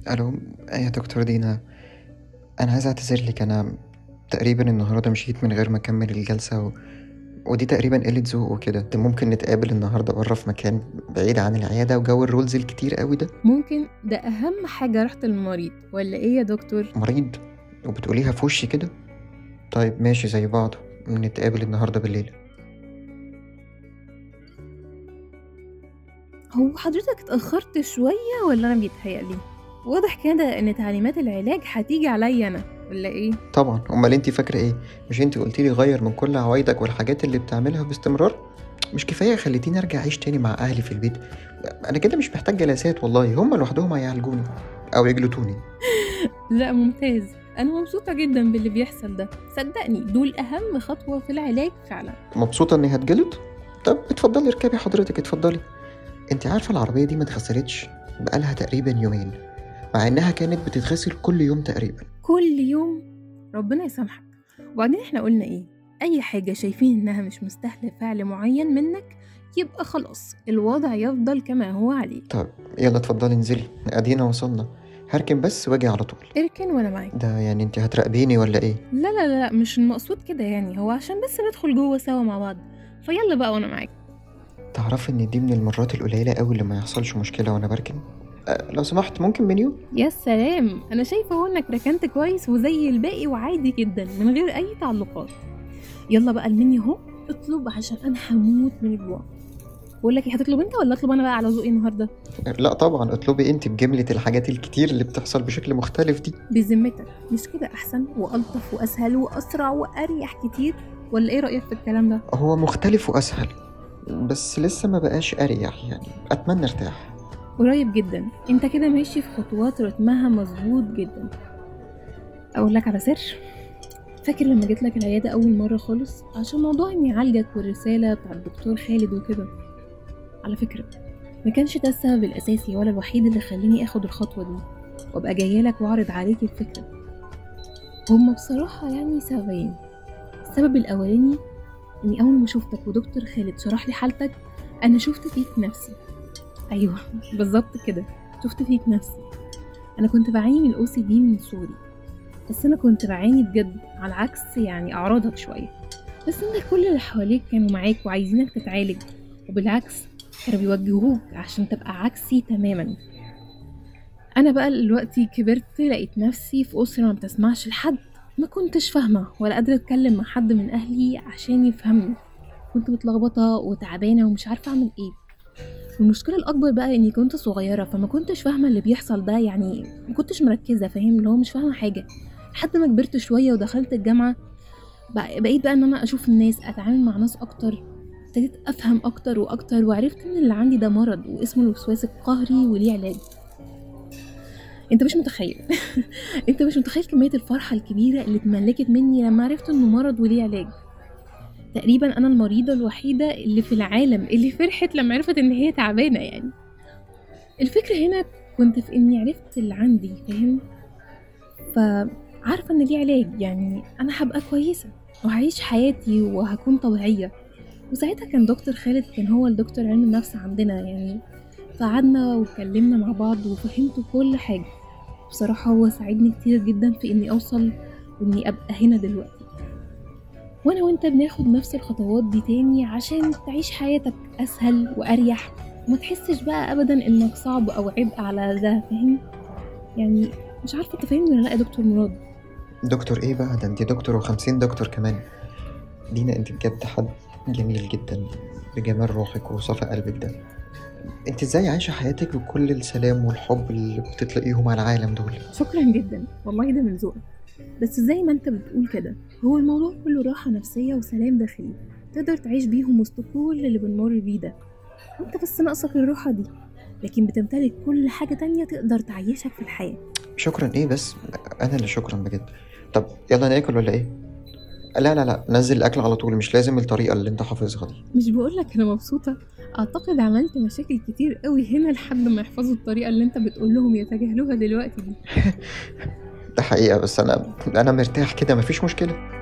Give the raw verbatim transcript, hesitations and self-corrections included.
الو. ايه يا دكتور دينا، انا عايز اعتذر لك. انا تقريبا النهارده مشيت من غير ما اكمل الجلسه و... ودي تقريبا قله ذوق وكده. انت ممكن نتقابل النهارده بره في مكان بعيد عن العياده وجو الرولز الكتير قوي ده؟ ممكن ده أهم حاجة راحة المريض ولا إيه يا دكتور؟ مريض وبتقوليها في وشي كده؟ طيب ماشي زي بعض، نتقابل النهارده بالليل. هو حضرتك اتأخرت شوية ولا أنا بيتهيألي؟ واضح كده إن تعليمات العلاج هتيجي عليا أنا ولا إيه؟ طبعا، امال انت فاكره ايه؟ مش انت قلتيلي غير من كل عوايدك والحاجات اللي بتعملها باستمرار؟ مش كفايه خليتيني ارجع اعيش تاني مع اهلي في البيت؟ انا كده مش محتاج جلسات والله، هم لوحدهم هيعالجوني او يجلطوني. لا ممتاز، أنا مبسوطة جدا باللي بيحصل ده، صدقني دول أهم خطوة في العلاج فعلا. مبسوطة اني هتجلط؟ طب اتفضلي اركبي حضرتك، اتفضلي. انت عارفة العربية دي ما اتغسلتش بقالها تقريبا يومين، مع انها كانت بتتغسل كل يوم تقريبا. كل يوم؟ ربنا يسامحك. وبعدين احنا قلنا إيه؟ أي حاجة شايفين إنها مش مستاهلة فعل معين منك يبقى خلاص الوضع يفضل كما هو عليه. طب يلا اتفضلي انزلي، ادينا وصلنا. هركن بس واجي على طول. اركن وأنا معاك. ده يعني انت هتراقبيني ولا ايه؟ لا لا لا مش المقصود كده، يعني هو عشان بس ندخل جوه سوا مع بعض، فيلا بقى وانا معاك. تعرفي ان دي من المرات القليلة قوي اللي ما يحصلش مشكلة وانا بركن. أه لو سمحت ممكن منيو؟ يا سلام، انا شايفه اهو انك ركنت كويس وزي الباقي وعادي جدا من غير اي تعلقات. يلا بقى المنيو اهو، اطلب عشان انا هموت من الجوع. بقول لك ايه، هتطلب انت ولا اطلب انا بقى على ذوقي النهارده؟ أه لا طبعا، اطلبي انت بجملة الحاجات الكتير اللي بتحصل بشكل مختلف دي. بذمتك مش كده احسن والطف واسهل واسرع واريح كتير؟ ولا ايه رايك في الكلام ده؟ هو مختلف واسهل، بس لسه ما بقاش اريح، يعني اتمنى ارتاح. قريب جدا، انت كده ماشي في خطوات رتمها مظبوط جدا. اقول لك على سر، فاكر لما جيت لك العياده اول مره خالص عشان موضوع اني اعالجك والرساله بتاع الدكتور خالد وكده؟ على فكره ما كانش ده السبب الاساسي ولا الوحيد اللي خليني اخد الخطوه دي وابقى جايه لك واعرض عليك الفكره. هما بصراحه يعني سببين. السبب الاولاني اني اول ما شفتك ودكتور خالد شرح لي حالتك انا شفت فيك نفسي. ايوه بالظبط كده، شفت فيك نفسي. انا كنت بعاني من الاو سي دي من صغري، بس انا كنت بعاني بجد على عكس يعني اعراضك شويه. بس انت كل اللي حواليك كانوا معاك وعايزينك تتعالج، وبالعكس كانوا بيوجهوك عشان تبقى عكسي تماما. انا بقى دلوقتي كبرت لقيت نفسي في اسره ما بتسمعش لحد، ما كنتش فاهمه ولا قادره اتكلم مع حد من اهلي عشان يفهمني. كنت متلخبطه وتعبانه ومش عارفه اعمل ايه. والمشكله الاكبر بقى اني كنت صغيره فما كنتش فاهمه اللي بيحصل ده، يعني ما كنتش مركزه، فاهم اللي هو مش فاهمه حاجه. لحد ما كبرت شويه ودخلت الجامعه بقيت بقى ان انا اشوف الناس، اتعامل مع ناس اكتر، ابتديت افهم اكتر واكتر وعرفت ان اللي عندي ده مرض واسمه الوسواس القهري وليه علاج. انت مش متخيل انت مش متخيل كميه الفرحه الكبيره اللي اتملكت مني لما عرفت انه مرض وليه علاج. تقريبا انا المريضه الوحيده اللي في العالم اللي فرحت لما عرفت ان هي تعبانه. يعني الفكره هنا كنت في اني عرفت اللي عندي، فاهم؟ فعارفه ان ليه علاج، يعني انا هبقى كويسه وهعيش حياتي وهكون طبيعيه. وساعتها كان دكتور خالد كان هو الدكتور علم النفس عندنا، يعني فقعدنا واتكلمنا مع بعض وفهمته كل حاجه. بصراحه هو ساعدني كتير جدا في اني اوصل واني ابقى هنا دلوقتي. وانا وانت بناخد نفس الخطوات دي تاني عشان تعيش حياتك اسهل واريح وما تحسش بقى ابدا انك صعب او عبء على ده، فاهم؟ يعني مش عارفه انت فاهمني ولا لا يا دكتور مراد؟ دكتور ايه بقى ده؟ انت دكتور وخمسين دكتور كمان. دينا انت بجد حد جميل جدا، بجمال روحك وصفا قلبك ده. انت ازاي عايشة حياتك بكل السلام والحب اللي بتطلقيهم على العالم دول؟ شكرا جدا والله، ده من ذوقك. بس زي ما انت بتقول كده، هو الموضوع كله راحه نفسيه وسلام داخلي تقدر تعيش بيهم وسط كل اللي بنمر بيه ده. وانت بس ناقصك الراحه دي، لكن بتمتلك كل حاجه تانية تقدر تعيشك في الحياه. شكرا ايه بس؟ انا اللي شكرا بجد. طب يلا ناكل ولا ايه؟ لا لا لا، نزل الاكل على طول، مش لازم الطريقة اللي انت حافظها دي. مش بقولك انا مبسوطه؟ اعتقد عملت مشاكل كتير قوي هنا لحد ما يحفظوا الطريقه اللي انت بتقول لهم يتجاهلوها دلوقتي دي. ده حقيقة، بس انا انا مرتاح كده، مفيش مشكلة.